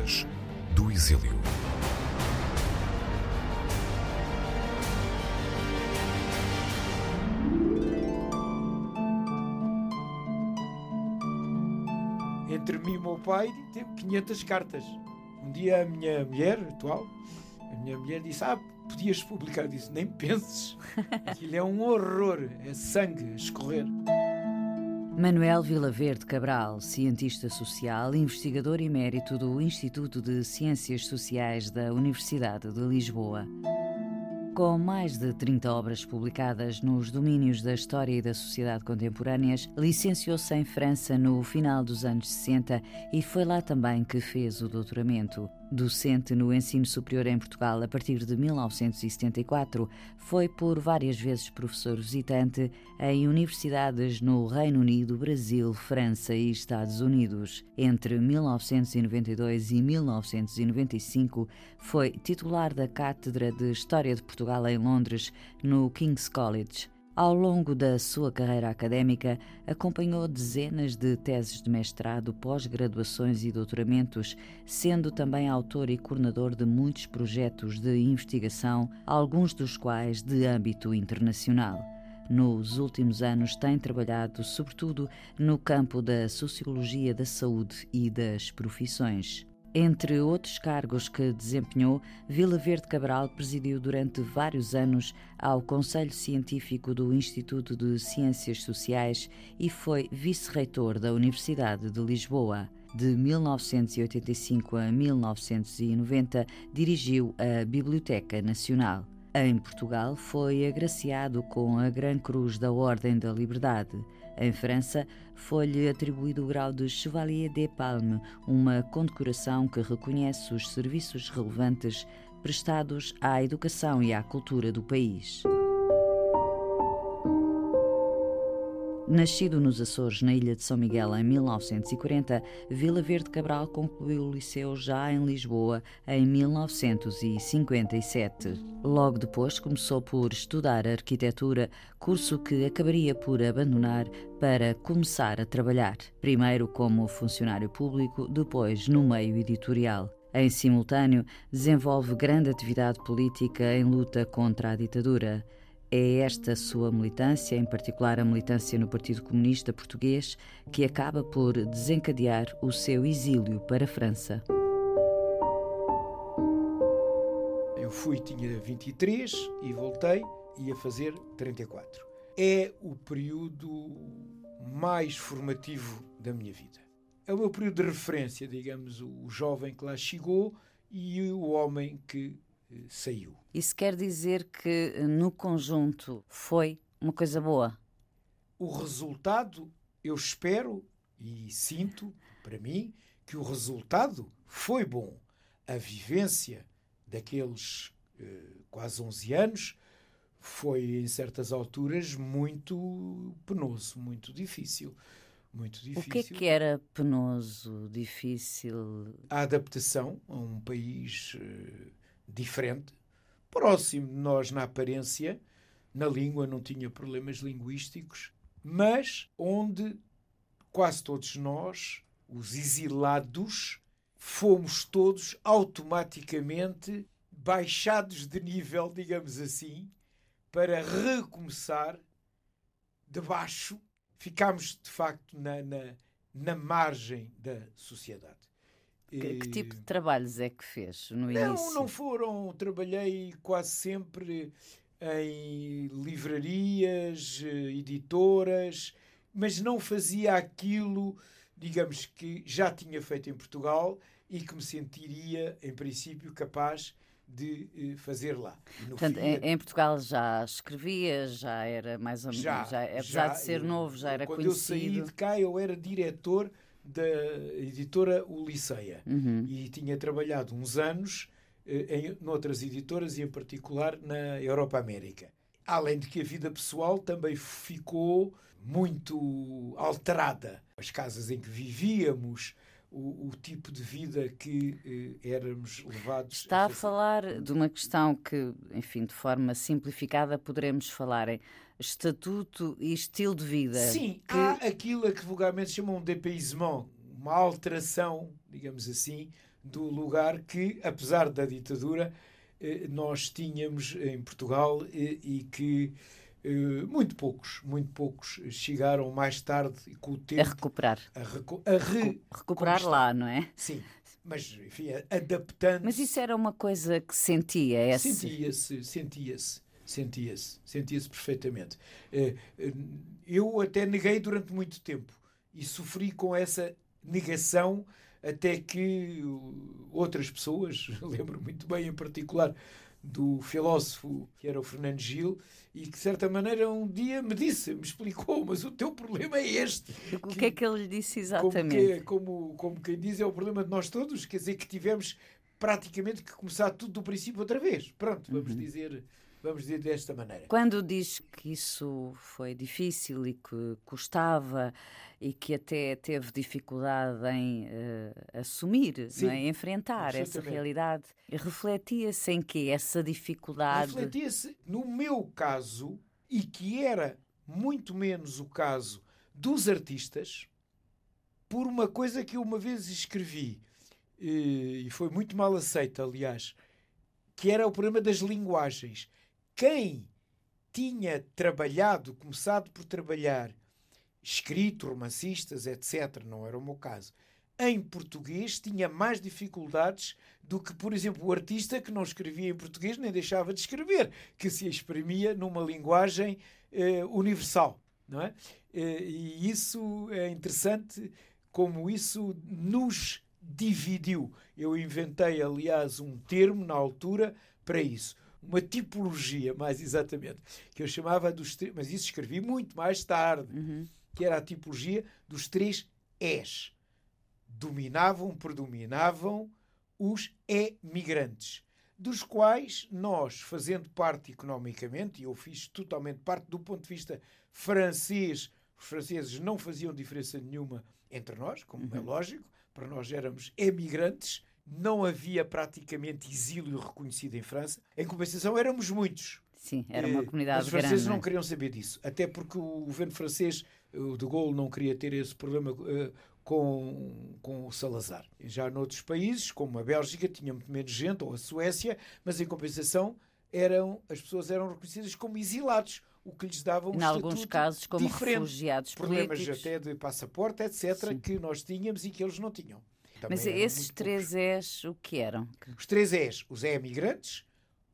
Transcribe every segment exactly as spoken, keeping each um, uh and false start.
Memórias do Exílio. Entre mim e o meu pai teve quinhentas cartas. Um dia a minha mulher atual, a minha mulher disse, ah, podias publicar. Eu disse, nem penses. Aquilo é um horror, é sangue a escorrer. Manuel Vilaverde Cabral, cientista social, investigador emérito do Instituto de Ciências Sociais da Universidade de Lisboa. Com mais de trinta obras publicadas nos domínios da história e da sociedade contemporâneas, licenciou-se em França no final dos anos sessenta e foi lá também que fez o doutoramento. Docente no ensino superior em Portugal a partir de mil novecentos e setenta e quatro, foi por várias vezes professor visitante em universidades no Reino Unido, Brasil, França e Estados Unidos. Entre mil novecentos e noventa e dois e mil novecentos e noventa e cinco, foi titular da Cátedra de História de Portugal em Londres, no King's College. Ao longo da sua carreira académica, acompanhou dezenas de teses de mestrado, pós-graduações e doutoramentos, sendo também autor e coordenador de muitos projetos de investigação, alguns dos quais de âmbito internacional. Nos últimos anos tem trabalhado sobretudo no campo da sociologia da saúde e das profissões. Entre outros cargos que desempenhou, Vilaverde Cabral presidiu durante vários anos ao Conselho Científico do Instituto de Ciências Sociais e foi vice-reitor da Universidade de Lisboa. De mil novecentos e oitenta e cinco a mil novecentos e noventa, dirigiu a Biblioteca Nacional. Em Portugal, foi agraciado com a Gran Cruz da Ordem da Liberdade. Em França, foi-lhe atribuído o grau de Chevalier des Palmes, uma condecoração que reconhece os serviços relevantes prestados à educação e à cultura do país. Nascido nos Açores, na ilha de São Miguel, em mil novecentos e quarenta, Vilaverde Cabral concluiu o liceu já em Lisboa, em mil novecentos e cinquenta e sete. Logo depois começou por estudar arquitetura, curso que acabaria por abandonar para começar a trabalhar, primeiro como funcionário público, depois no meio editorial. Em simultâneo, desenvolve grande atividade política em luta contra a ditadura. É esta sua militância, em particular a militância no Partido Comunista Português, que acaba por desencadear o seu exílio para a França. Eu fui, tinha vinte e três e voltei, ia fazer trinta e quatro. É o período mais formativo da minha vida. É o meu período de referência, digamos, o jovem que lá chegou e o homem que saiu. Isso quer dizer que, no conjunto, foi uma coisa boa? O resultado, eu espero e sinto, para mim, que o resultado foi bom. A vivência daqueles eh, quase onze anos foi, em certas alturas, muito penoso, muito difícil. Muito difícil. O que é que era penoso, difícil? A adaptação a um país eh, diferente, próximo de nós na aparência, na língua não tinha problemas linguísticos, mas onde quase todos nós, os exilados, fomos todos automaticamente baixados de nível, digamos assim, para recomeçar de baixo. Ficámos, de facto, na, na, na margem da sociedade. Que, que tipo de trabalhos é que fez no não, início? Não, não foram. Trabalhei quase sempre em livrarias, editoras, mas não fazia aquilo, digamos, que já tinha feito em Portugal e que me sentiria, em princípio, capaz de fazer lá. Portanto, fim, em, em Portugal já escrevia, já era mais ou menos, já, já, apesar já, de ser eu, novo, já era quando conhecido. Quando eu saí de cá, eu era diretor da editora Ulisseia, uhum. e tinha trabalhado uns anos em noutras editoras e em particular na Europa América. Além de que a vida pessoal também ficou muito alterada. As casas em que vivíamos, o, o tipo de vida que eh, éramos levados... Está a, a falar de uma questão que, enfim, de forma simplificada poderemos falar em estatuto e estilo de vida. Sim, que... há aquilo a que vulgarmente chamam de dépaysement, uma alteração, digamos assim, do lugar que, apesar da ditadura, nós tínhamos em Portugal e que muito poucos, muito poucos chegaram mais tarde com o tempo a recuperar. A, recu a re recuperar lá, não é? Sim, mas enfim, adaptando. Mas isso era uma coisa que sentia? Esse... Sentia-se, sentia-se, sentia-se, sentia-se perfeitamente. Eu até neguei durante muito tempo e sofri com essa negação até que outras pessoas, lembro muito bem em particular do filósofo que era o Fernando Gil, e que de certa maneira um dia me disse, me explicou, mas o teu problema é este. O que, que é que ele lhe disse exatamente? Como, que, como, como quem diz, é o problema de nós todos, quer dizer que tivemos praticamente que começar tudo do princípio outra vez. Pronto, vamos uhum. dizer... Vamos dizer desta maneira. Quando diz que isso foi difícil e que custava e que até teve dificuldade em uh, assumir, Sim, não é? Enfrentar essa realidade, refletia-se em que essa dificuldade... Refletia-se, no meu caso, e que era muito menos o caso dos artistas, por uma coisa que eu uma vez escrevi, e foi muito mal aceita, aliás, que era o problema das linguagens. Quem tinha trabalhado, começado por trabalhar, escrito, romancistas, etcétera, não era o meu caso, em português tinha mais dificuldades do que, por exemplo, o artista que não escrevia em português nem deixava de escrever, que se exprimia numa linguagem eh, universal, não é? E isso é interessante como isso nos dividiu. Eu inventei, aliás, um termo na altura para isso. Uma tipologia, mais exatamente, que eu chamava dos... Mas isso escrevi muito mais tarde, uhum. que era a tipologia dos três Es. Dominavam, predominavam os emigrantes, dos quais nós, fazendo parte economicamente, e eu fiz totalmente parte do ponto de vista francês, os franceses não faziam diferença nenhuma entre nós, como uhum. é lógico, para nós éramos emigrantes, não havia praticamente exílio reconhecido em França. Em compensação, éramos muitos. Sim, era uma comunidade grande. Os franceses grande, não queriam saber disso, até porque o governo francês, o de Gaulle, não queria ter esse problema uh, com, com o Salazar. Já noutros países, como a Bélgica, tinha muito menos gente, ou a Suécia, mas em compensação eram, as pessoas eram reconhecidas como exilados, o que lhes dava um em alguns casos como diferente. Refugiados Problemas políticos. até de passaporte, etcétera, Sim. que nós tínhamos e que eles não tinham. Também Mas esses três Es, o que eram? Os três Es, os emigrantes,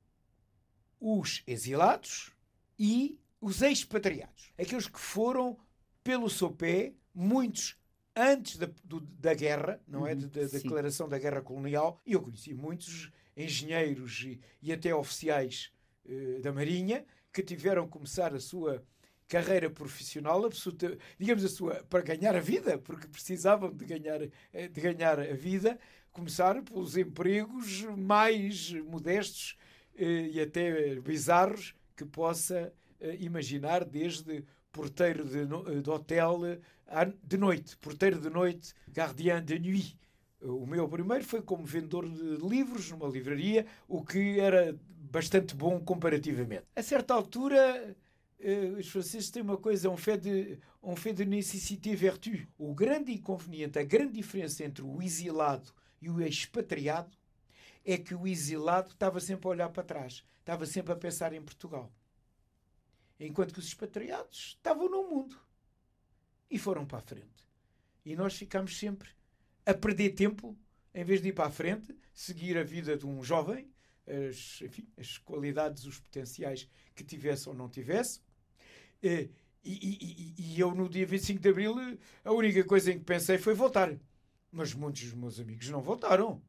os exilados e os expatriados. Aqueles que foram pelo seu pé, muitos antes da, do, da guerra, não é? Da, da declaração da guerra colonial, e eu conheci muitos engenheiros e, e até oficiais uh, da Marinha que tiveram que começar a sua carreira profissional, absoluta, digamos a sua, para ganhar a vida, porque precisavam de ganhar, de ganhar a vida, começar pelos empregos mais modestos eh, e até bizarros que possa eh, imaginar, desde porteiro de, de hotel de noite, porteiro de noite, gardien de nuit. O meu primeiro foi como vendedor de livros numa livraria, o que era bastante bom comparativamente. A certa altura... Uh, os franceses têm uma coisa, um fait de, um fait de nécessité vertu. O grande inconveniente, a grande diferença entre o exilado e o expatriado é que o exilado estava sempre a olhar para trás, estava sempre a pensar em Portugal. Enquanto que os expatriados estavam no mundo e foram para a frente. E nós ficámos sempre a perder tempo, em vez de ir para a frente, seguir a vida de um jovem, as, enfim, as qualidades, os potenciais que tivesse ou não tivesse. E, e, e, e eu, no dia vinte e cinco de Abril, a única coisa em que pensei foi voltar. Mas muitos dos meus amigos não voltaram.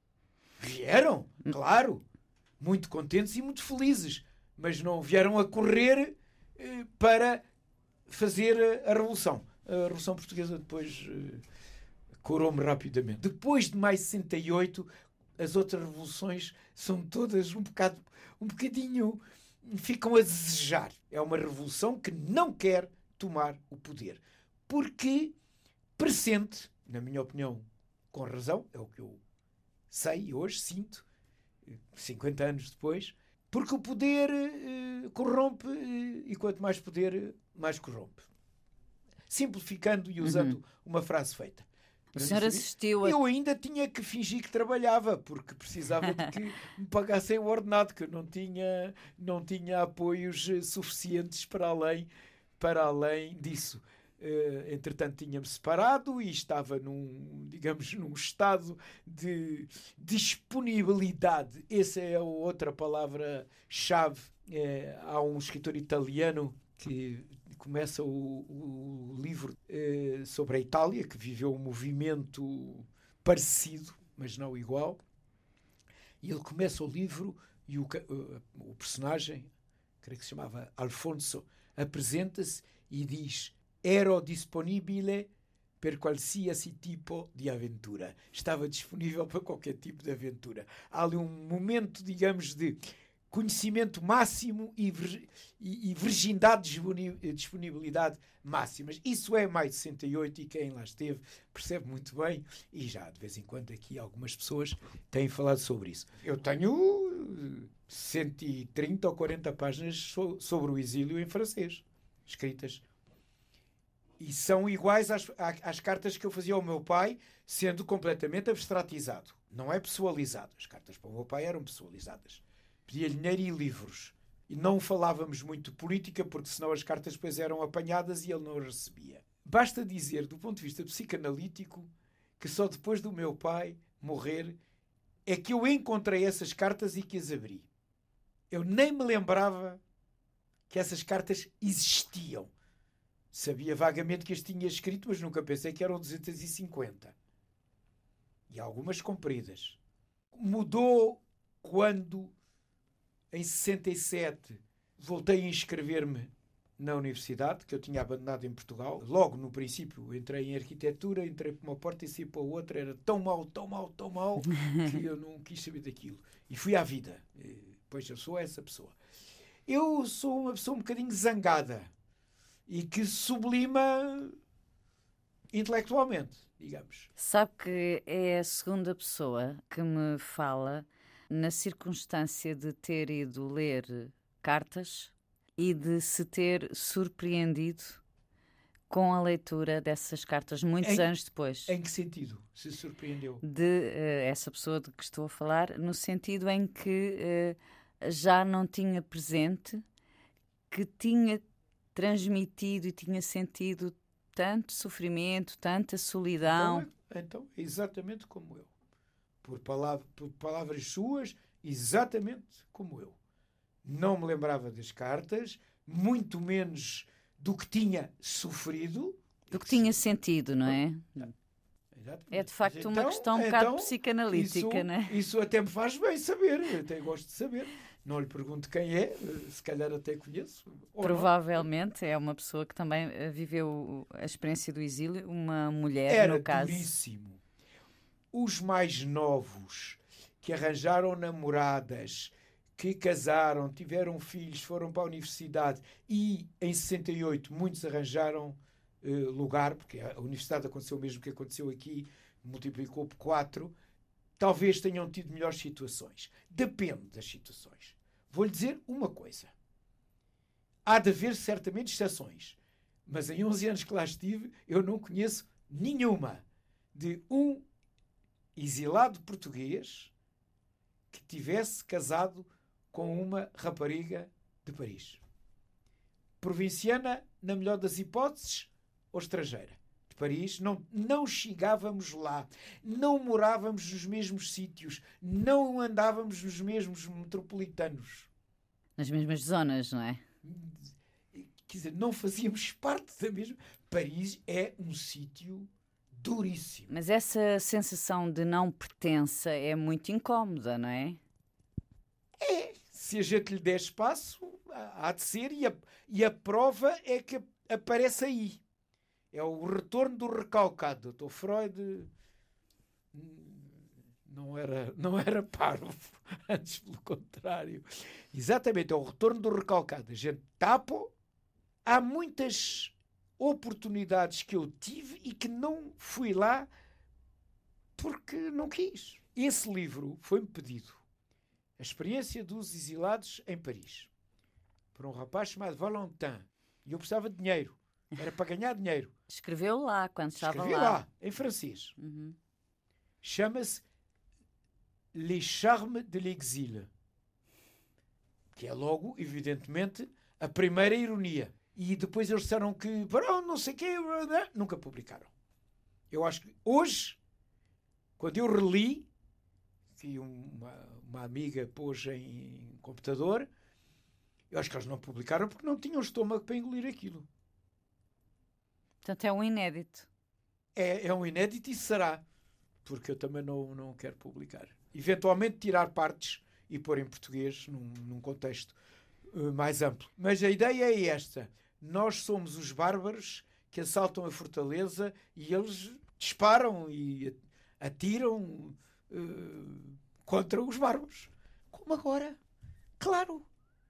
Vieram, claro, muito contentes e muito felizes, mas não vieram a correr eh, para fazer a Revolução. A Revolução Portuguesa depois eh, curou-me rapidamente. Depois de mais de sessenta e oito, as outras revoluções são todas um bocado, um bocadinho... ficam a desejar. É uma revolução que não quer tomar o poder. Porque pressente, na minha opinião, com razão, é o que eu sei e hoje sinto, cinquenta anos depois, porque o poder eh, corrompe eh, e quanto mais poder, mais corrompe. Simplificando e usando uhum. uma frase feita. O senhor assistiu a... Eu ainda tinha que fingir que trabalhava, porque precisava de que me pagassem o ordenado, que eu não tinha, não tinha apoios suficientes para além, para além disso. Uh, entretanto, tinha-me separado e estava num, digamos, num estado de disponibilidade. Essa é a outra palavra-chave. É, há um escritor italiano que começa o, o livro uh, sobre a Itália, que viveu um movimento parecido, mas não igual. E ele começa o livro e o, uh, o personagem, creio que se chamava Alfonso, apresenta-se e diz: "Ero disponibile per qualsiasi tipo de aventura." Estava disponível para qualquer tipo de aventura. Há ali um momento, digamos, de conhecimento máximo e, vir, e, e virgindade de disponibilidade máximas. Isso é maio de sessenta e oito e quem lá esteve percebe muito bem, e já de vez em quando aqui algumas pessoas têm falado sobre isso. Eu tenho cento e trinta ou quarenta páginas so, sobre o exílio em francês, escritas. E são iguais às, às cartas que eu fazia ao meu pai, sendo completamente abstratizado. Não é pessoalizado. As cartas para o meu pai eram pessoalizadas. Pedia-lhe dinheiro e livros. E não falávamos muito de política, porque senão as cartas depois eram apanhadas e ele não as recebia. Basta dizer, do ponto de vista psicanalítico, que só depois do meu pai morrer é que eu encontrei essas cartas e que as abri. Eu nem me lembrava que essas cartas existiam. Sabia vagamente que as tinha escrito, mas nunca pensei que eram duzentas e cinquenta. E algumas compridas. Mudou quando, em sessenta e sete, voltei a inscrever-me na universidade, que eu tinha abandonado em Portugal. Logo no princípio entrei em arquitetura, entrei por uma porta e saí para outra. Era tão mau, tão mau, tão mau, que eu não quis saber daquilo. E fui à vida. Pois eu sou essa pessoa. Eu sou uma pessoa um bocadinho zangada e que sublima intelectualmente, digamos. Sabe que é a segunda pessoa que me fala na circunstância de ter ido ler cartas e de se ter surpreendido com a leitura dessas cartas muitos em, anos depois. Em que sentido se surpreendeu? De uh, essa pessoa de que estou a falar, no sentido em que uh, já não tinha presente que tinha transmitido e tinha sentido tanto sofrimento, tanta solidão. Então é, então, é exatamente como eu. Por, palavra, por palavras suas, exatamente como eu. Não me lembrava das cartas, muito menos do que tinha sofrido. Do que tinha sentido, não é? Exatamente. É de facto então, uma questão um então, bocado psicanalítica, isso, não é? Isso até me faz bem saber, eu até gosto de saber. Não lhe pergunto quem é, se calhar até conheço. Provavelmente não. É uma pessoa que também viveu a experiência do exílio, uma mulher, Era no caso. duríssimo. Os mais novos que arranjaram namoradas, que casaram, tiveram filhos, foram para a universidade e em sessenta e oito muitos arranjaram uh, lugar, porque a universidade aconteceu o mesmo que aconteceu aqui, multiplicou por quatro. Talvez tenham tido melhores situações. Depende das situações. Vou-lhe dizer uma coisa. Há de haver certamente exceções. Mas em onze anos que lá estive, eu não conheço nenhuma de um exilado português que tivesse casado com uma rapariga de Paris. Provinciana, na melhor das hipóteses, ou estrangeira. De Paris, não, não chegávamos lá, não morávamos nos mesmos sítios, não andávamos nos mesmos metropolitanos. Nas mesmas zonas, não é? Quer dizer, não fazíamos parte da mesma... Paris é um sítio duríssimo. Mas essa sensação de não pertença é muito incómoda, não é? É. Se a gente lhe der espaço, há de ser, e a, e a prova é que aparece aí. É o retorno do recalcado. doutor Freud não era, não era parvo, antes pelo contrário. Exatamente, é o retorno do recalcado. A gente tapa. Há muitas oportunidades que eu tive e que não fui lá porque não quis. Esse livro foi-me pedido. A experiência dos exilados em Paris. Por um rapaz chamado Valentin. E eu precisava de dinheiro. Era para ganhar dinheiro. Escreveu lá, quando estava Escrevi lá. lá, em francês. Uhum. Chama-se Les Charmes de l'Exil, que é logo, evidentemente, a primeira ironia. E depois eles disseram que, para não sei o quê, nunca publicaram. Eu acho que hoje, quando eu reli, que uma, uma amiga pôs em computador, eu acho que eles não publicaram porque não tinham estômago para engolir aquilo. Portanto, é um inédito. É, é um inédito e será, porque eu também não, não quero publicar. Eventualmente tirar partes e pôr em português num, num contexto uh, mais amplo. Mas a ideia é esta. Nós somos os bárbaros que assaltam a fortaleza e eles disparam e atiram uh, contra os bárbaros. Como agora? Claro.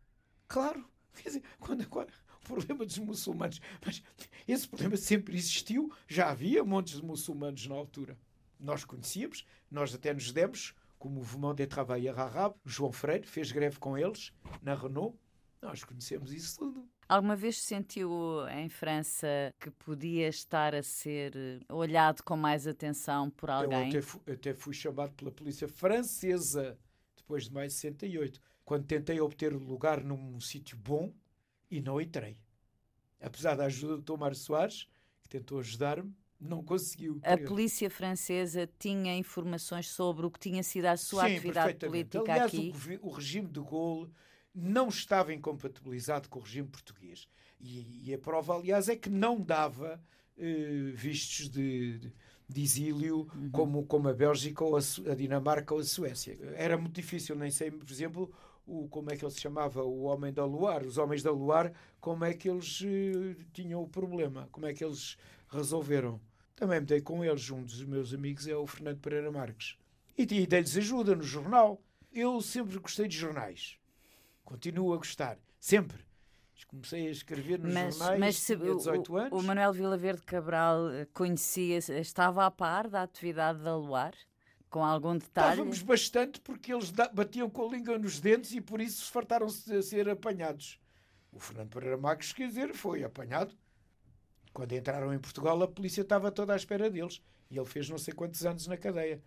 Claro. Quer dizer, quando agora o problema dos muçulmanos... Mas esse problema sempre existiu. Já havia montes de muçulmanos na altura. Nós conhecíamos. Nós até nos demos, como o Mouvement des Travailleurs Arabes. João Freire fez greve com eles na Renault. Nós conhecemos isso tudo. Alguma vez sentiu em França que podia estar a ser olhado com mais atenção por alguém? Eu até fui, até fui chamado pela polícia francesa depois de maio de sessenta e oito, quando tentei obter lugar num sítio bom e não entrei. Apesar da ajuda do Tomar Soares, que tentou ajudar-me, não conseguiu. A polícia francesa tinha informações sobre o que tinha sido a sua Sim, atividade política Aliás, aqui? O, o regime de Gaulle não estava incompatibilizado com o regime português. E, e a prova, aliás, é que não dava eh, vistos de, de, de exílio uhum. como, como a Bélgica, ou a, a Dinamarca ou a Suécia. Era muito difícil, nem sei, por exemplo, o, como é que ele se chamava, o Homem da Luar, os Homens da Luar, como é que eles eh, tinham o problema, como é que eles resolveram. Também me dei com eles, um dos meus amigos é o Fernando Pereira Marques. E, e dei-lhes ajuda no jornal. Eu sempre gostei de jornais. Continuo a gostar, sempre. Comecei a escrever nos mas, jornais, mas se, tinha dezoito o, anos. O Manuel Vilaverde Cabral conhecia, estava a par da atividade da Luar? Com algum detalhe? Estávamos bastante porque eles batiam com a língua nos dentes e por isso fartaram-se de ser apanhados. O Fernando Pereira Marques, quer dizer, foi apanhado. Quando entraram em Portugal, a polícia estava toda à espera deles. E ele fez não sei quantos anos na cadeia.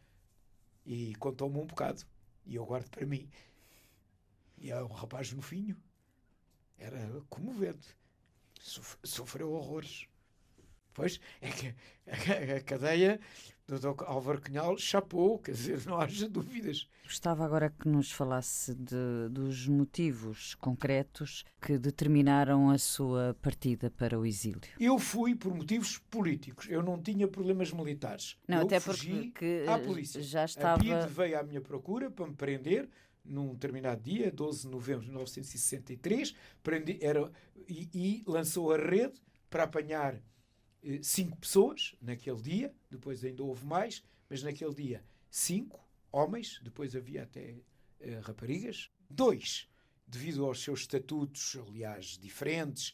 E contou-me um bocado. E eu guardo para mim. E é um rapaz novinho. Era comovente. Sof- sofreu horrores. Pois, é que a, a cadeia do doutor Álvaro Cunhal chapou, quer dizer, não haja dúvidas. Gostava agora que nos falasse de, dos motivos concretos que determinaram a sua partida para o exílio. Eu fui por motivos políticos. Eu não tinha problemas militares. Não, eu até fugi porque à polícia. Já estava... A P I D veio à minha procura para me prender num determinado dia, doze de novembro de mil novecentos e sessenta e três, prendi, era, e, e lançou a rede para apanhar eh, cinco pessoas naquele dia, depois ainda houve mais, mas naquele dia cinco homens, depois havia até eh, raparigas, dois, devido aos seus estatutos, aliás, diferentes,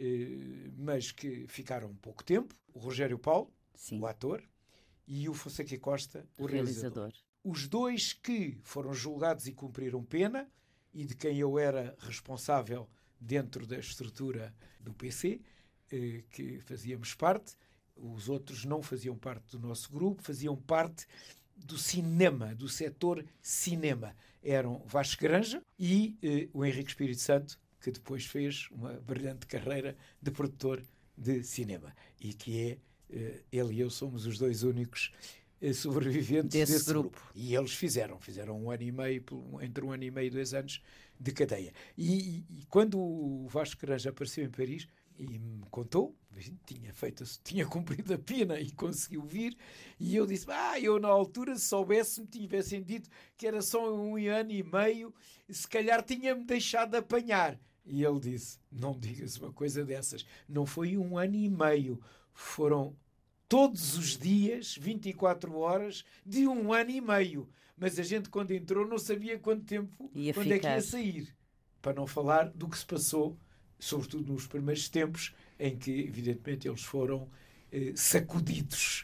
eh, mas que ficaram pouco tempo, o Rogério Paulo, Sim. o ator, e o Fonseca Costa, o realizador. realizador. Os dois que foram julgados e cumpriram pena, e de quem eu era responsável dentro da estrutura do P C, eh, que fazíamos parte, os outros não faziam parte do nosso grupo, faziam parte do cinema, do setor cinema. Eram Vasco Granja e eh, o Henrique Espírito Santo, que depois fez uma brilhante carreira de produtor de cinema. E que é, eh, ele e eu somos os dois únicos sobreviventes desse, desse grupo. grupo. E eles fizeram, fizeram um ano e meio, entre um ano e meio e dois anos de cadeia. E, e, e quando o Vasco Granja apareceu em Paris e me contou, tinha feito, tinha cumprido a pena e conseguiu vir, e eu disse, ah, eu na altura, se soubesse, me tivessem dito que era só um ano e meio, se calhar tinha-me deixado apanhar. E ele disse, não digas uma coisa dessas, não foi um ano e meio, foram todos os dias, vinte e quatro horas, de um ano e meio. Mas a gente, quando entrou, não sabia quanto tempo, ia quando ficar. é que ia sair. Para não falar do que se passou, sobretudo nos primeiros tempos, em que, evidentemente, eles foram eh, sacudidos.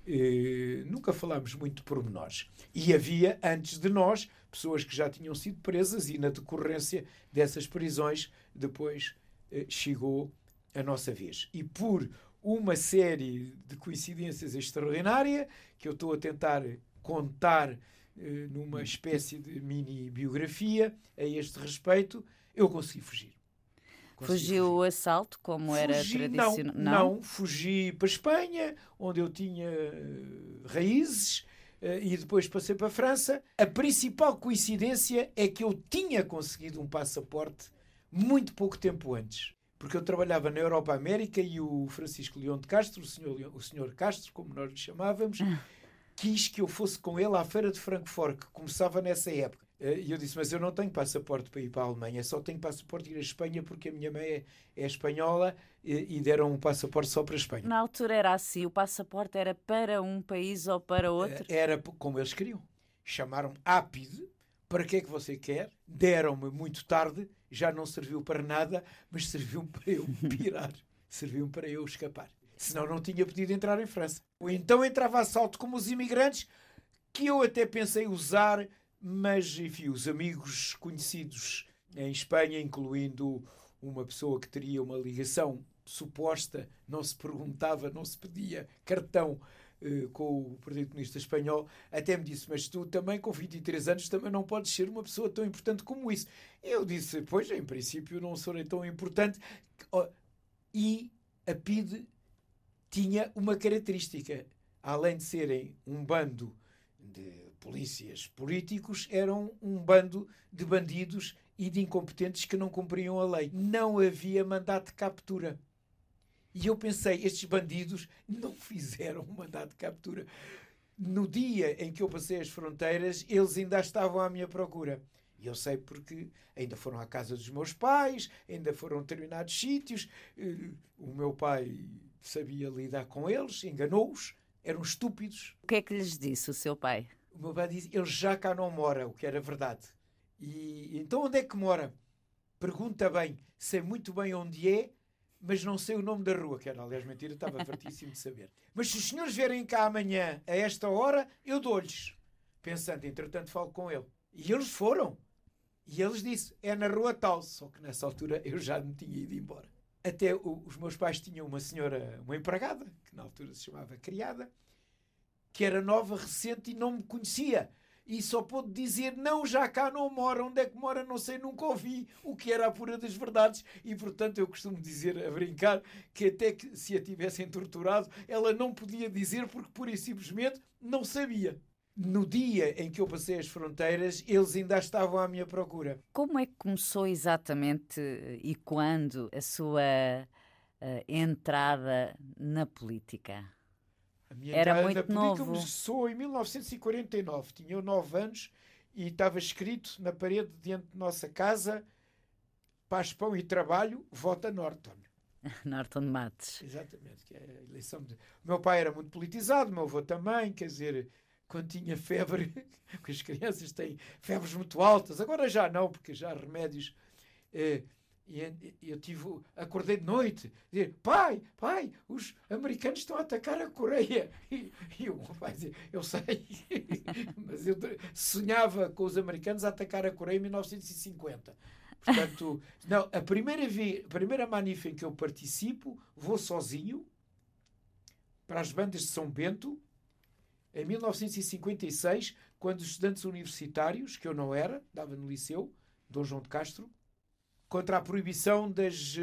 Eh, nunca falámos muito de pormenores. E havia, antes de nós, pessoas que já tinham sido presas e, na decorrência dessas prisões, depois eh, chegou a nossa vez. E por uma série de coincidências extraordinárias que eu estou a tentar contar eh, numa espécie de mini-biografia a este respeito. Eu consegui fugir. Consegui Fugiu fugir. o assalto, como fugi, era tradicional? Não, não, fugi para a Espanha, onde eu tinha uh, raízes, uh, e depois passei para a França. A principal coincidência é que eu tinha conseguido um passaporte muito pouco tempo antes. Porque eu trabalhava na Europa América e o Francisco Leão de Castro, o senhor, o senhor Castro, como nós lhe chamávamos, quis que eu fosse com ele à Feira de Francfort, que começava nessa época. E eu disse, mas eu não tenho passaporte para ir para a Alemanha, só tenho passaporte para ir à Espanha porque a minha mãe é, é espanhola e, e deram um passaporte só para a Espanha. Na altura era assim, o passaporte era para um país ou para outro? Era como eles queriam. Chamaram-me Ápide, para que é que você quer? Deram-me muito tarde, já não serviu para nada, mas serviu para eu pirar, serviu para eu escapar. Senão não tinha podido entrar em França. Ou então entrava a salto como os imigrantes, que eu até pensei usar, mas, enfim, os amigos conhecidos em Espanha, incluindo uma pessoa que teria uma ligação suposta, não se perguntava, não se pedia cartão eh, com o Partido Comunista Espanhol, até me disse, mas tu também com vinte e três anos também não podes ser uma pessoa tão importante como isso. Eu disse, pois, em princípio não serei tão importante. E a P I D tinha uma característica, além de serem um bando de polícias políticos, eram um bando de bandidos e de incompetentes que não cumpriam a lei. Não havia mandato de captura. E eu pensei, estes bandidos não fizeram um mandato de captura. No dia em que eu passei as fronteiras, eles ainda estavam à minha procura. E eu sei porque ainda foram à casa dos meus pais, ainda foram a determinados sítios. O meu pai sabia lidar com eles, enganou-os, eram estúpidos. O que é que lhes disse o seu pai? O meu pai disse, ele já cá não mora, o que era verdade. E então onde é que mora? Pergunta bem, sei muito bem onde é, mas não sei o nome da rua, que era, aliás, mentira, estava fartíssimo de saber. Mas se os senhores vierem cá amanhã, a esta hora, eu dou-lhes. Pensando, entretanto, falo com ele. E eles foram. E eles disseram, é na rua tal. Só que nessa altura eu já me tinha ido embora. Até o, os meus pais tinham uma senhora, uma empregada, que na altura se chamava criada, que era nova, recente e não me conhecia. E só pôde dizer, não, já cá não mora, onde é que mora, não sei, nunca ouvi, o que era a pura das verdades. E, portanto, eu costumo dizer, a brincar, que até que se a tivessem torturado, ela não podia dizer porque, pura e simplesmente, não sabia. No dia em que eu passei as fronteiras, eles ainda estavam à minha procura. Como é que começou exatamente e quando a sua uh, entrada na política? A minha Era entrada muito na política novo. começou em mil novecentos e quarenta e nove. Tinha eu nove anos e estava escrito na parede diante de nossa casa: Paz, Pão e Trabalho, vota Norton. Norton Matos. Exatamente. Que é a eleição de... O meu pai era muito politizado, o meu avô também, quer dizer, quando tinha febre, porque as crianças têm febres muito altas, agora já não, porque já há remédios. Eh, E eu tive, acordei de noite, dizer, pai, pai, os americanos estão a atacar a Coreia. E, e o meu pai dizia, eu sei, mas eu sonhava com os americanos a atacar a Coreia em mil novecentos e cinquenta. Portanto, não, a primeira vez, a primeira manifa em que eu participo, vou sozinho para as bandas de São Bento, em mil novecentos e cinquenta e seis, quando os estudantes universitários, que eu não era, dava no liceu, Dom João de Castro, contra a proibição das,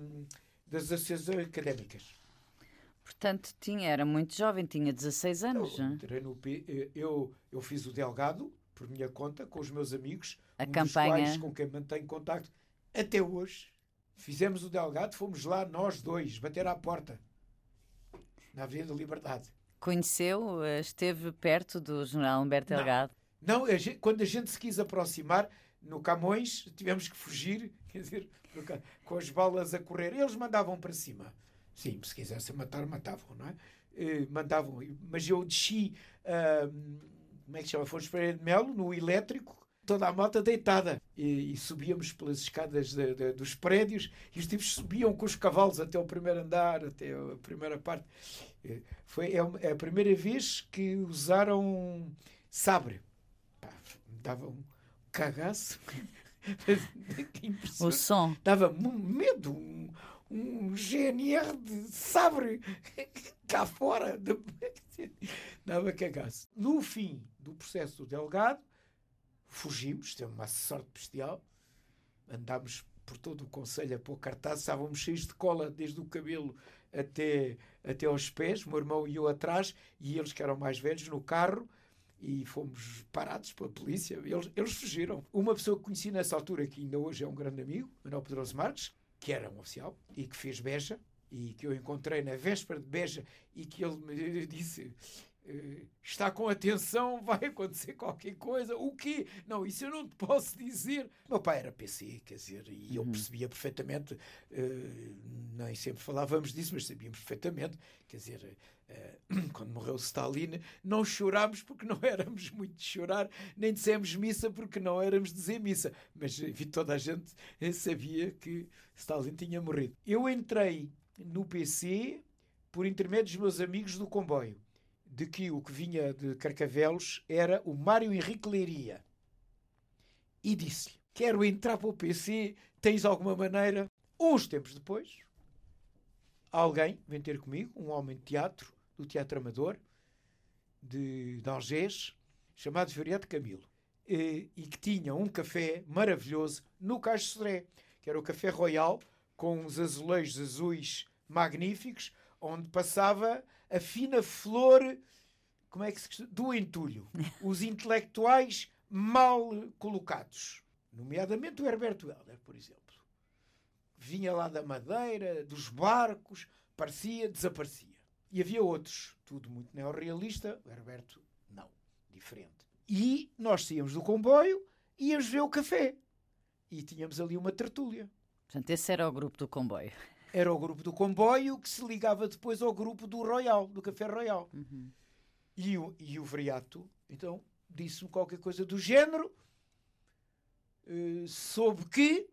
das associações académicas. Portanto, tinha, era muito jovem, tinha dezasseis anos. Eu, entrei no, eu, eu fiz o Delgado, por minha conta, com os meus amigos, A um campanha... dos quais com quem mantenho contacto até hoje. Fizemos o Delgado, fomos lá nós dois, bater à porta, na Avenida da Liberdade. Conheceu, esteve perto do general Humberto Delgado? Não, não a gente, quando a gente se quis aproximar, no Camões, tivemos que fugir, quer dizer, com as balas a correr. Eles mandavam para cima. Sim, se quisessem matar, matavam, não é? Uh, mandavam. Mas eu desci, uh, como é que chama? Fomos para de Melo, no elétrico, toda a malta deitada. E, e subíamos pelas escadas de, de, dos prédios e os tipos subiam com os cavalos até o primeiro andar, até a primeira parte. Uh, foi é a primeira vez que usaram sabre. Pá, davam um cagaço. O som. Dava medo. Um, um G N R de sabre cá fora. Dava cagaço. No fim do processo do delegado, fugimos, teve uma sorte bestial, andámos por todo o concelho a pôr cartaz, estávamos cheios de cola desde o cabelo até, até aos pés, o meu irmão e eu atrás, e eles que eram mais velhos no carro, e fomos parados pela polícia. Eles, eles fugiram. Uma pessoa que conheci nessa altura, que ainda hoje é um grande amigo, Manuel Pedroso Marques, que era um oficial e que fez Beja, e que eu encontrei na véspera de Beja, e que ele me disse: está com atenção, vai acontecer qualquer coisa. O quê? Não, isso eu não te posso dizer. Meu pai era P C, quer dizer, e eu percebia perfeitamente, uh, nem sempre falávamos disso, mas sabíamos perfeitamente, quer dizer, uh, quando morreu Stalin, não chorámos porque não éramos muito de chorar, nem dissemos missa porque não éramos de dizer missa, mas enfim, toda a gente sabia que Stalin tinha morrido. Eu entrei no P C por intermédio dos meus amigos do comboio, de que o que vinha de Carcavelos era o Mário Henrique Leiria. E disse-lhe: quero entrar para o P C, tens alguma maneira? Uns tempos depois, alguém vem ter comigo, um homem de teatro, do Teatro Amador, de, de Algés, chamado Viriato Camilo, e, e que tinha um café maravilhoso no Cais de Sodré, que era o Café Royal, com uns azulejos azuis magníficos, onde passava a fina flor, como é que se do entulho. Os intelectuais mal colocados. Nomeadamente o Herberto Helder, por exemplo. Vinha lá da Madeira, dos barcos, parecia, desaparecia. E havia outros, tudo muito neorrealista, o Herberto não, diferente. E nós saíamos do comboio e íamos ver o café. E tínhamos ali uma tertúlia. Portanto, esse era o grupo do comboio. Era o grupo do comboio que se ligava depois ao grupo do Royal, do Café Royal. Uhum. E, o, e o Viriato, então, disse-me qualquer coisa do género, uh, soube que,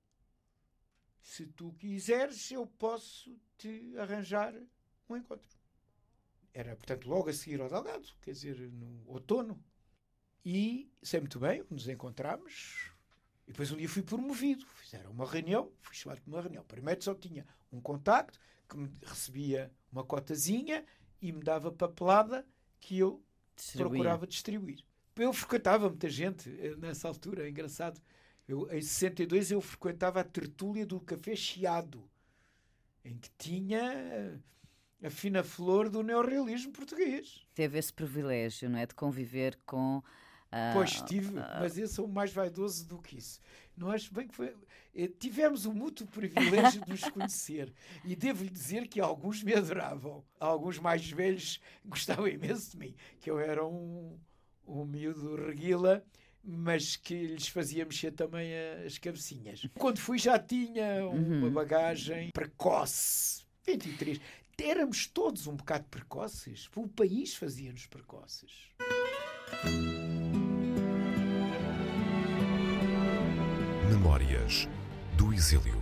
se tu quiseres, eu posso te arranjar um encontro. Era, portanto, logo a seguir ao Delgado, quer dizer, no outono. E sei muito bem, nos encontramos. E depois um dia fui promovido. Fizeram uma reunião, fui chamado para uma reunião. Primeiro só tinha um contacto, que me recebia uma cotazinha e me dava papelada que eu Distribuía. procurava distribuir. Eu frequentava muita gente nessa altura, é engraçado. Eu, em sessenta e dois eu frequentava a tertúlia do Café Chiado, em que tinha a fina flor do neorrealismo português. Teve esse privilégio, não é? De conviver com... Uh, pois tive, uh, mas eu sou mais vaidoso do que isso. Não acho bem que foi... Tivemos o mútuo privilégio de nos conhecer. E devo-lhe dizer que alguns me adoravam. Alguns mais velhos gostavam imenso de mim. Que eu era um, um miúdo reguila, mas que lhes fazia mexer também as cabecinhas. Quando fui já tinha uma bagagem precoce. vinte e três. Éramos todos um bocado precoces. O país fazia-nos precoces. Memórias do Exílio.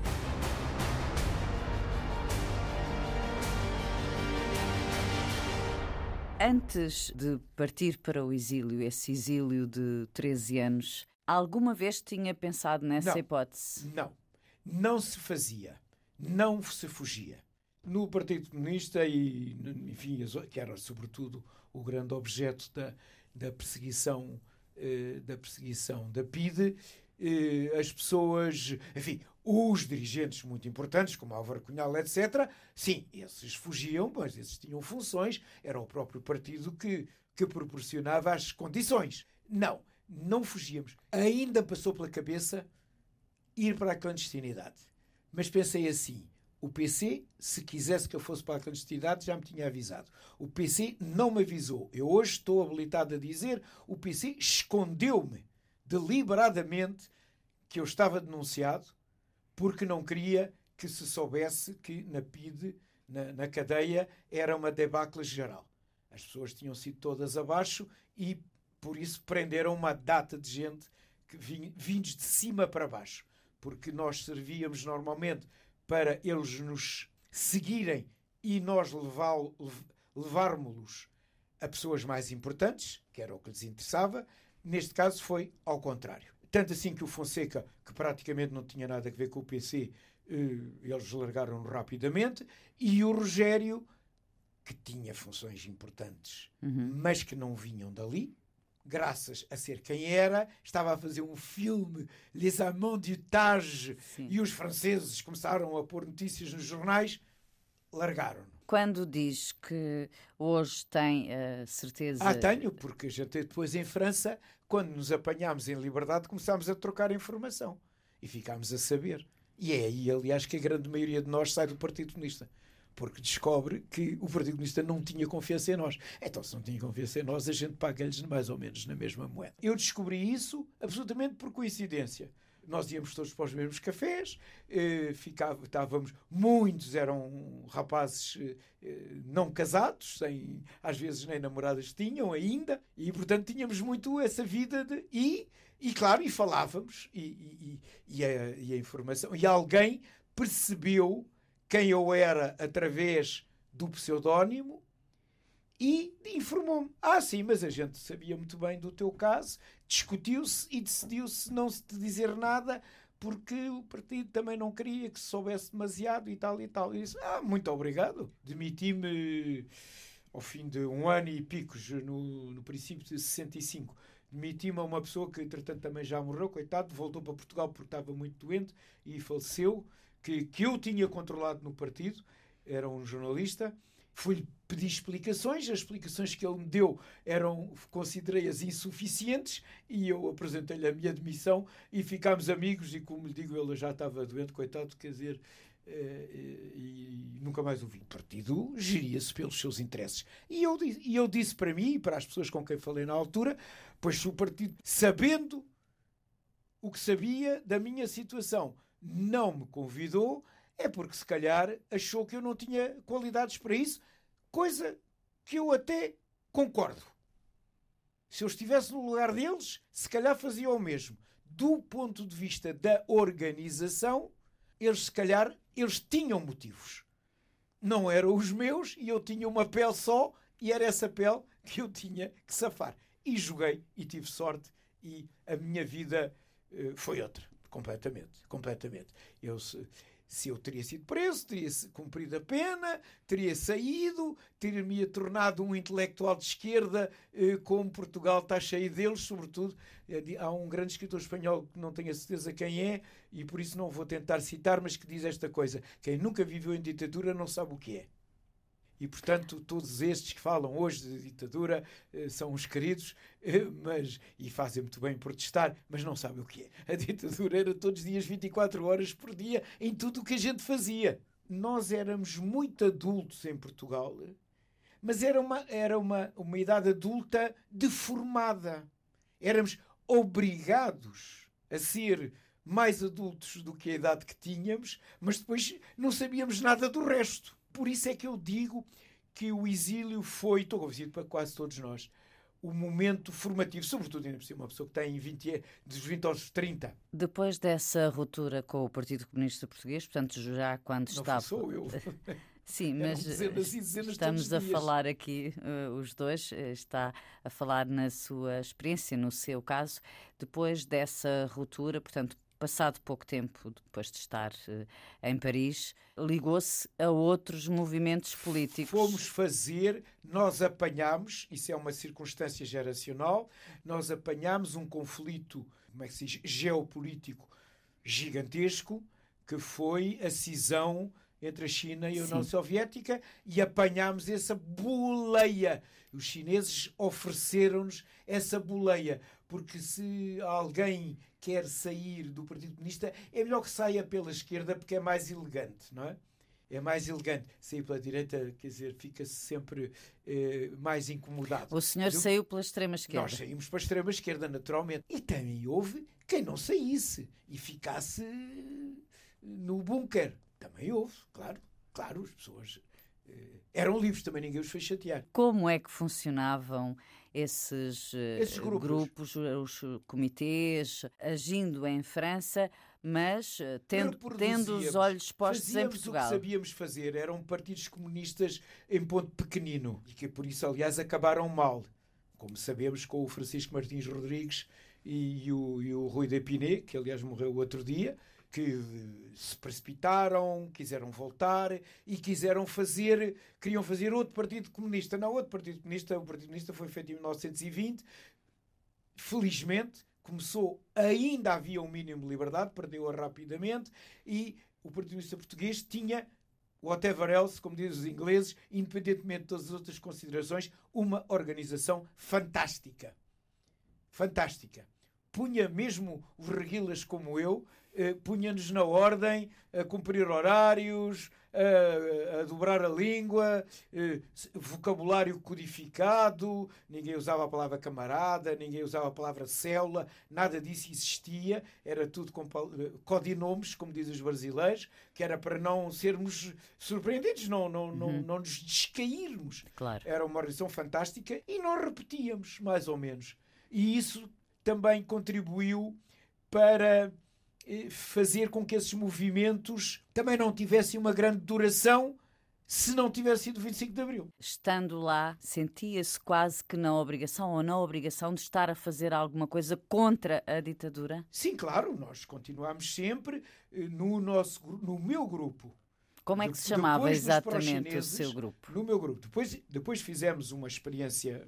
Antes de partir para o exílio, esse exílio de treze anos, alguma vez tinha pensado nessa não, hipótese? Não. Não se fazia. Não se fugia. No Partido Comunista, e, enfim, que era sobretudo o grande objeto da, da perseguição eh, da perseguição da P I D E, as pessoas, enfim, os dirigentes muito importantes, como Álvaro Cunhal, etcétera, sim, esses fugiam, mas esses tinham funções, era o próprio partido que, que proporcionava as condições. Não, não fugíamos. Ainda passou pela cabeça ir para a clandestinidade. Mas pensei assim, o P C, se quisesse que eu fosse para a clandestinidade, já me tinha avisado. O P C não me avisou. Eu hoje estou habilitado a dizer, o P C escondeu-me deliberadamente que eu estava denunciado porque não queria que se soubesse que na P I D, na, na cadeia, era uma debacle geral. As pessoas tinham sido todas abaixo e, por isso, prenderam uma data de gente que vinha, vindos de cima para baixo. Porque nós servíamos normalmente para eles nos seguirem e nós levarmos-los a pessoas mais importantes, que era o que lhes interessava. Neste caso foi ao contrário. Tanto assim que o Fonseca, que praticamente não tinha nada a ver com o P C, eles largaram-no rapidamente, e o Rogério, que tinha funções importantes, uhum. mas que não vinham dali, graças a ser quem era, estava a fazer um filme, Les Amants du Tage, Sim. e os franceses começaram a pôr notícias nos jornais, largaram-no. Quando diz que hoje tem a uh, certeza... Ah, tenho, porque a gente depois em França, quando nos apanhámos em liberdade, começámos a trocar informação e ficámos a saber. E é aí, aliás, que a grande maioria de nós sai do Partido Comunista, porque descobre que o Partido Comunista não tinha confiança em nós. Então, se não tinha confiança em nós, a gente paga-lhes mais ou menos na mesma moeda. Eu descobri isso absolutamente por coincidência. Nós íamos todos para os mesmos cafés, eh, ficava, estávamos, muitos eram rapazes eh, não casados, sem, às vezes nem namoradas tinham ainda, e portanto tínhamos muito essa vida de... E, e claro, e falávamos, e, e, e, a, e a informação... E alguém percebeu quem eu era através do pseudónimo e informou-me. Ah, sim, mas a gente sabia muito bem do teu caso, discutiu-se e decidiu-se não se te dizer nada porque o partido também não queria que se soubesse demasiado e tal e tal. E disse, ah, muito obrigado. Demiti-me ao fim de um ano e picos, no, no princípio de sessenta e cinco. Demiti-me a uma pessoa que, entretanto, também já morreu, coitado, voltou para Portugal porque estava muito doente e faleceu, que, que eu tinha controlado no partido, era um jornalista. Fui-lhe pedir explicações, as explicações que ele me deu eram, considerei-as insuficientes, e eu apresentei-lhe a minha demissão e ficámos amigos, e como lhe digo, ele já estava doente, coitado, quer dizer, e, e nunca mais o vi. O partido geria-se pelos seus interesses. E eu, e eu disse para mim e para as pessoas com quem falei na altura, pois se o partido, sabendo o que sabia da minha situação, não me convidou, é porque se calhar achou que eu não tinha qualidades para isso, coisa que eu até concordo. Se eu estivesse no lugar deles, se calhar fazia o mesmo. Do ponto de vista da organização, eles se calhar eles tinham motivos. Não eram os meus, e eu tinha uma pele só, e era essa pele que eu tinha que safar. E joguei, e tive sorte, e a minha vida uh, foi outra. Completamente, completamente. Eu... Se, Se eu teria sido preso, teria cumprido a pena, teria saído, teria-me tornado um intelectual de esquerda, eh, como Portugal está cheio deles, sobretudo. Eh, há um grande escritor espanhol que não tenho a certeza quem é, e por isso não vou tentar citar, mas que diz esta coisa: quem nunca viveu em ditadura não sabe o que é. E, portanto, todos estes que falam hoje de ditadura eh, são os queridos, eh, mas, e fazem muito bem protestar, mas não sabem o que é. A ditadura era todos os dias, vinte e quatro horas por dia, em tudo o que a gente fazia. Nós éramos muito adultos em Portugal, mas era uma, era uma, uma idade adulta deformada. Éramos obrigados a ser mais adultos do que a idade que tínhamos, mas depois não sabíamos nada do resto. Por isso é que eu digo que o exílio foi, estou convencido para quase todos nós, o momento formativo, sobretudo ainda por cima, uma pessoa que tem vinte, dos vinte aos trinta. Depois dessa ruptura com o Partido Comunista Português, portanto, já quando não estava... Não sou eu. Sim, mas dezenas e dezenas estamos a dias. falar aqui, uh, os dois, uh, está a falar na sua experiência, no seu caso, depois dessa ruptura, portanto, passado pouco tempo depois de estar uh, em Paris, ligou-se a outros movimentos políticos. Fomos fazer, nós apanhámos, isso é uma circunstância geracional, nós apanhámos um conflito, como é que se diz, geopolítico gigantesco, que foi a cisão entre a China e a União Soviética, e apanhámos essa boleia. Os chineses ofereceram-nos essa boleia, porque se alguém quer sair do Partido Comunista, é melhor que saia pela esquerda, porque é mais elegante, não é? É mais elegante. Sair pela direita, quer dizer, fica-se sempre eh, mais incomodado. O senhor Eu, saiu pela extrema-esquerda. Nós saímos para a extrema-esquerda, naturalmente. E também houve quem não saísse e ficasse no bunker. Também houve, claro. Claro, as pessoas eh, eram livres, também ninguém os fez chatear. Como é que funcionavam esses, esses grupos. grupos, os comitês, agindo em França, mas tendo, tendo os olhos postos em Portugal? O que sabíamos fazer, eram partidos comunistas em ponto pequenino, e que por isso, aliás, acabaram mal. Como sabemos, com o Francisco Martins Rodrigues e o, e o Rui de Epinay, que aliás morreu outro dia, que se precipitaram, quiseram voltar e quiseram fazer, queriam fazer outro Partido Comunista. Não, outro Partido Comunista, o Partido Comunista foi feito em mil novecentos e vinte. Felizmente, começou, ainda havia um mínimo de liberdade, perdeu-a rapidamente, e o Partido Comunista Português tinha, whatever else, como dizem os ingleses, independentemente de todas as outras considerações, uma organização fantástica. Fantástica. Punha mesmo os reguilas como eu, eh, punha-nos na ordem, a cumprir horários, a, a dobrar a língua, eh, vocabulário codificado, ninguém usava a palavra camarada, ninguém usava a palavra célula, nada disso existia, era tudo com codinomes, como dizem os brasileiros, que era para não sermos surpreendidos, não, não, uhum. não, não nos descairmos. Claro. Era uma organização fantástica e nós repetíamos, mais ou menos. E isso também contribuiu para fazer com que esses movimentos também não tivessem uma grande duração se não tivesse sido vinte e cinco de Abril. Estando lá, sentia-se quase que na obrigação ou na obrigação de estar a fazer alguma coisa contra a ditadura? Sim, claro, nós continuámos sempre no, nosso, no meu grupo. Como é que se chamava exatamente o seu grupo? No meu grupo. Depois, depois fizemos uma experiência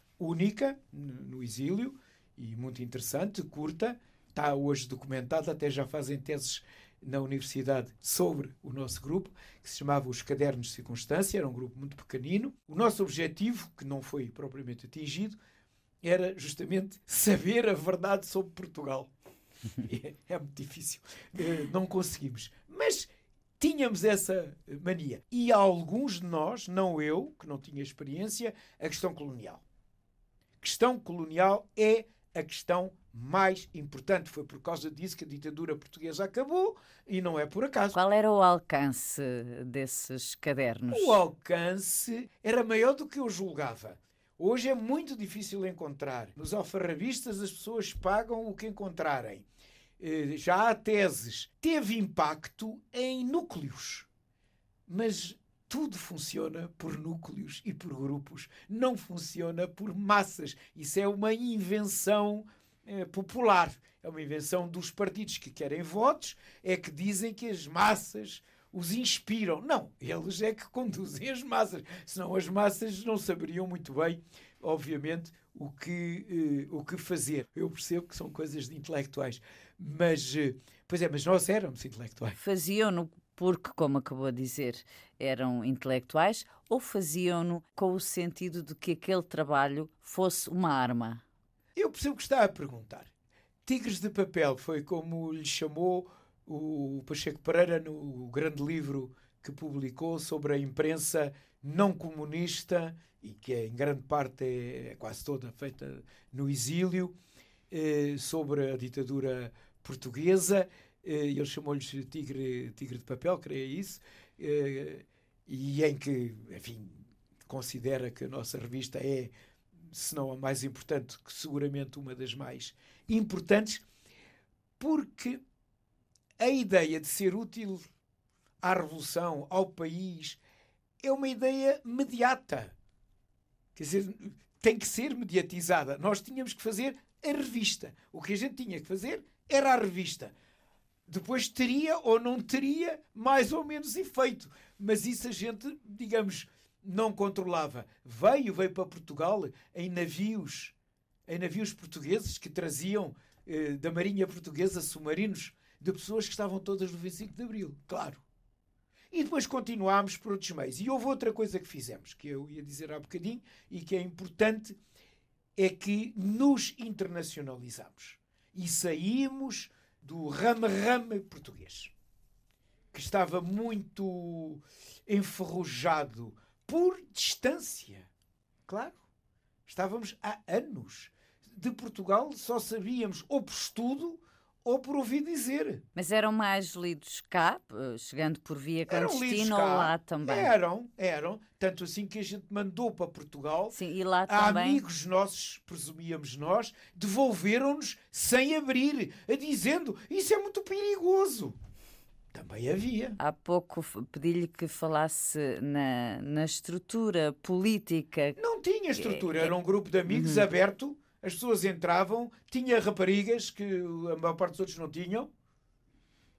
única no exílio, e muito interessante, curta, está hoje documentada, até já fazem teses na universidade sobre o nosso grupo, que se chamava Os Cadernos de Circunstância, era um grupo muito pequenino. O nosso objetivo, que não foi propriamente atingido, era justamente saber a verdade sobre Portugal. É, é muito difícil, não conseguimos. Mas tínhamos essa mania. E alguns de nós, não eu, que não tinha experiência, a questão colonial. A questão colonial é a questão mais importante. Foi por causa disso que a ditadura portuguesa acabou e não é por acaso. Qual era o alcance desses cadernos? O alcance era maior do que eu julgava. Hoje é muito difícil encontrar. Nos alfarrabistas as pessoas pagam o que encontrarem. Já há teses. Teve impacto em núcleos. Mas tudo funciona por núcleos e por grupos. Não funciona por massas. Isso é uma invenção eh, popular. É uma invenção dos partidos que querem votos, é que dizem que as massas os inspiram. Não, eles é que conduzem as massas. Senão as massas não saberiam muito bem, obviamente, o que, eh, o que fazer. Eu percebo que são coisas de intelectuais. Mas, eh, pois é, mas nós éramos intelectuais. Faziam-no porque, como acabou de dizer, eram intelectuais, ou faziam-no com o sentido de que aquele trabalho fosse uma arma? Eu percebo que está a perguntar. Tigres de papel foi como lhe chamou o Pacheco Pereira no grande livro que publicou sobre a imprensa não comunista, e que é, em grande parte é quase toda feita no exílio, eh, sobre a ditadura portuguesa. Ele chamou-lhes tigre, tigre de papel, creio isso, e em que, enfim, considera que a nossa revista é, se não a mais importante, que seguramente uma das mais importantes, porque a ideia de ser útil à revolução, ao país, é uma ideia mediata. Quer dizer, tem que ser mediatizada. Nós tínhamos que fazer a revista. O que a gente tinha que fazer era a revista. Depois teria ou não teria mais ou menos efeito. Mas isso a gente, digamos, não controlava. Veio, veio para Portugal em navios, em navios portugueses que traziam eh, da Marinha Portuguesa submarinos de pessoas que estavam todas no vinte e cinco de Abril, claro. E depois continuámos por outros meios. E houve outra coisa que fizemos, que eu ia dizer há bocadinho, e que é importante, é que nos internacionalizamos. E saímos do rame-rame português, que estava muito enferrujado por distância. Claro, estávamos há anos. De Portugal só sabíamos ou por estudo ou por ouvir dizer. Mas eram mais lidos cá, chegando por via clandestina, ou lá também? Eram, eram. Tanto assim que a gente mandou para Portugal. Sim, e lá também. Amigos nossos, presumíamos nós, devolveram-nos sem abrir, a dizendo, isso é muito perigoso. Também havia. Há pouco pedi-lhe que falasse na, na estrutura política. Não tinha estrutura, era um grupo de amigos uhum. aberto. As pessoas entravam, tinha raparigas que a maior parte dos outros não tinham,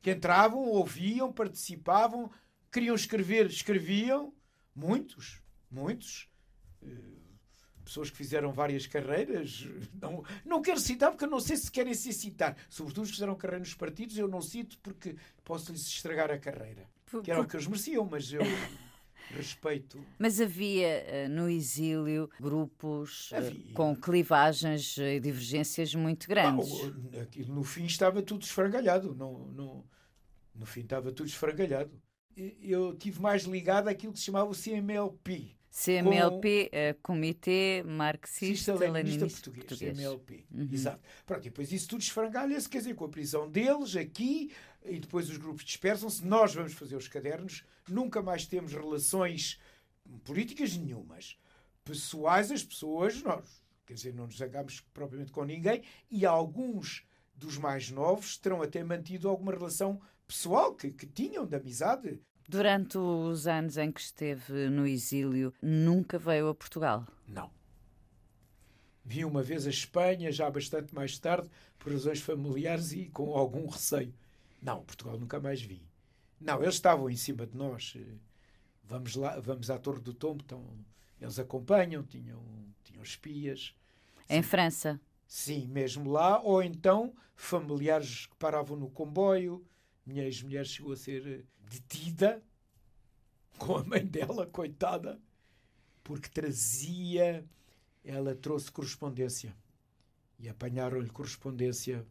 que entravam, ouviam, participavam, queriam escrever, escreviam. Muitos, muitos. Pessoas que fizeram várias carreiras. Não, não quero citar porque eu não sei se querem se citar. Sobretudo os que fizeram carreira nos partidos, eu não cito porque posso-lhes estragar a carreira. Que era o que eles mereciam, mas eu respeito. Mas havia no exílio grupos havia. com clivagens e divergências muito grandes. Não, no fim estava tudo esfrangalhado. Não, não, no fim estava tudo esfrangalhado. Eu estive mais ligado àquilo que se chamava o C M L P. C M L P, com... uh, Comitê Marxista-Leninista Português. Português. C M L P, uhum. Exato. Pronto, e depois isso tudo esfrangalha-se, quer dizer, com a prisão deles aqui, e depois os grupos dispersam-se. Nós vamos fazer os cadernos, nunca mais temos relações políticas nenhumas. Pessoais, as pessoas, nós, quer dizer, não nos zangamos propriamente com ninguém, e alguns dos mais novos terão até mantido alguma relação pessoal que, que tinham de amizade. Durante os anos em que esteve no exílio, nunca veio a Portugal? Não. Vi uma vez a Espanha, já bastante mais tarde, por razões familiares e com algum receio. Não, Portugal nunca mais vi. Não, eles estavam em cima de nós. Vamos lá, vamos à Torre do Tombo, então, eles acompanham, tinham, tinham espias. Em Sim. França? Sim, mesmo lá. Ou então, familiares que paravam no comboio. Minha ex-mulher chegou a ser detida com a mãe dela, coitada, porque trazia, ela trouxe correspondência e apanharam-lhe correspondência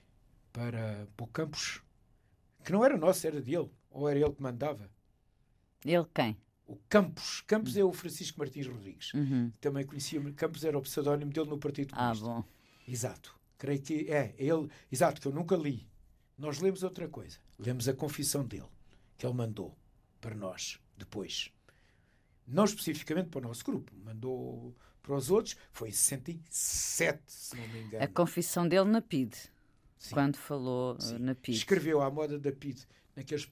para, para o Campos, que não era nosso, era dele, ou era ele que mandava. Ele quem? O Campos. Campos uhum. é o Francisco Martins Rodrigues. Uhum. Também conhecia, Campos era o pseudónimo dele no Partido Comunista. Ah, bom. Exato. Creio que é, ele, exato, que eu nunca li. Nós lemos outra coisa. Lemos a confissão dele, que ele mandou para nós depois. Não especificamente para o nosso grupo, mandou para os outros. Foi em sessenta e sete, se não me engano. A confissão dele na P I D, Sim. quando falou Sim. na P I D. Escreveu à moda da P I D, naqueles,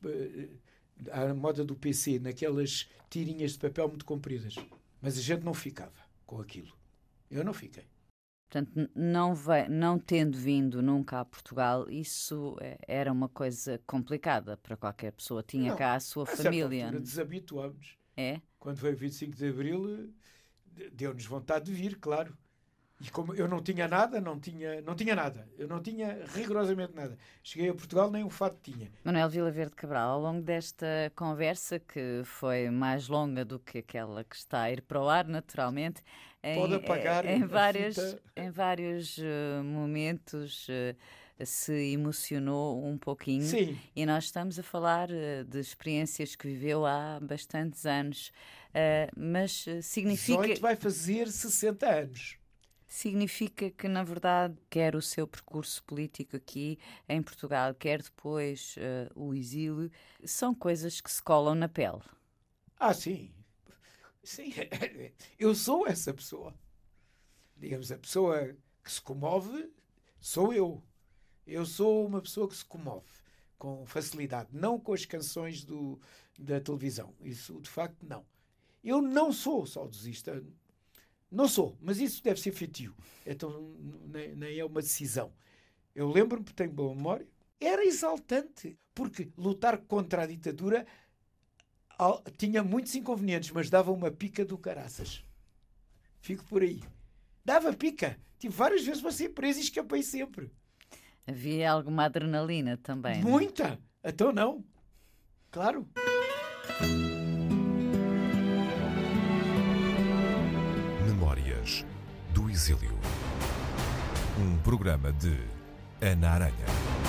à moda do P C, naquelas tirinhas de papel muito compridas. Mas a gente não ficava com aquilo. Eu não fiquei. Portanto, não, vai, não tendo vindo nunca a Portugal, isso era uma coisa complicada para qualquer pessoa. Tinha não, cá a sua a família. Certa altura desabituámos. É? Quando veio o vinte e cinco de Abril, deu-nos vontade de vir, claro. E como eu não tinha nada, não tinha, não tinha nada. Eu não tinha rigorosamente nada. Cheguei a Portugal, nem um fato tinha. Manuel Vilaverde Cabral, ao longo desta conversa, que foi mais longa do que aquela que está a ir para o ar, naturalmente, em, Pode apagar em, várias, fita. em vários uh, momentos uh, se emocionou um pouquinho. Sim. E nós estamos a falar uh, de experiências que viveu há bastantes anos. Uh, mas uh, significa... dezoito vai fazer sessenta anos. Significa que, na verdade, quer o seu percurso político aqui em Portugal, quer depois uh, o exílio, são coisas que se colam na pele. Ah, sim. Sim. Eu sou essa pessoa. Digamos, a pessoa que se comove sou eu. Eu sou uma pessoa que se comove com facilidade, não com as canções do, da televisão. Isso, de facto, não. Eu não sou saudosista. Não sou, mas isso deve ser feitio. Então nem, nem é uma decisão. Eu lembro-me, porque tenho boa memória, era exaltante, porque lutar contra a ditadura al, tinha muitos inconvenientes, mas dava uma pica do caraças. Fico por aí. Dava pica. Tive várias vezes para ser preso e escapei sempre. Havia alguma adrenalina também. Muita! Não? Então não. Claro. Memórias do Exílio. Um programa de Ana Aranha.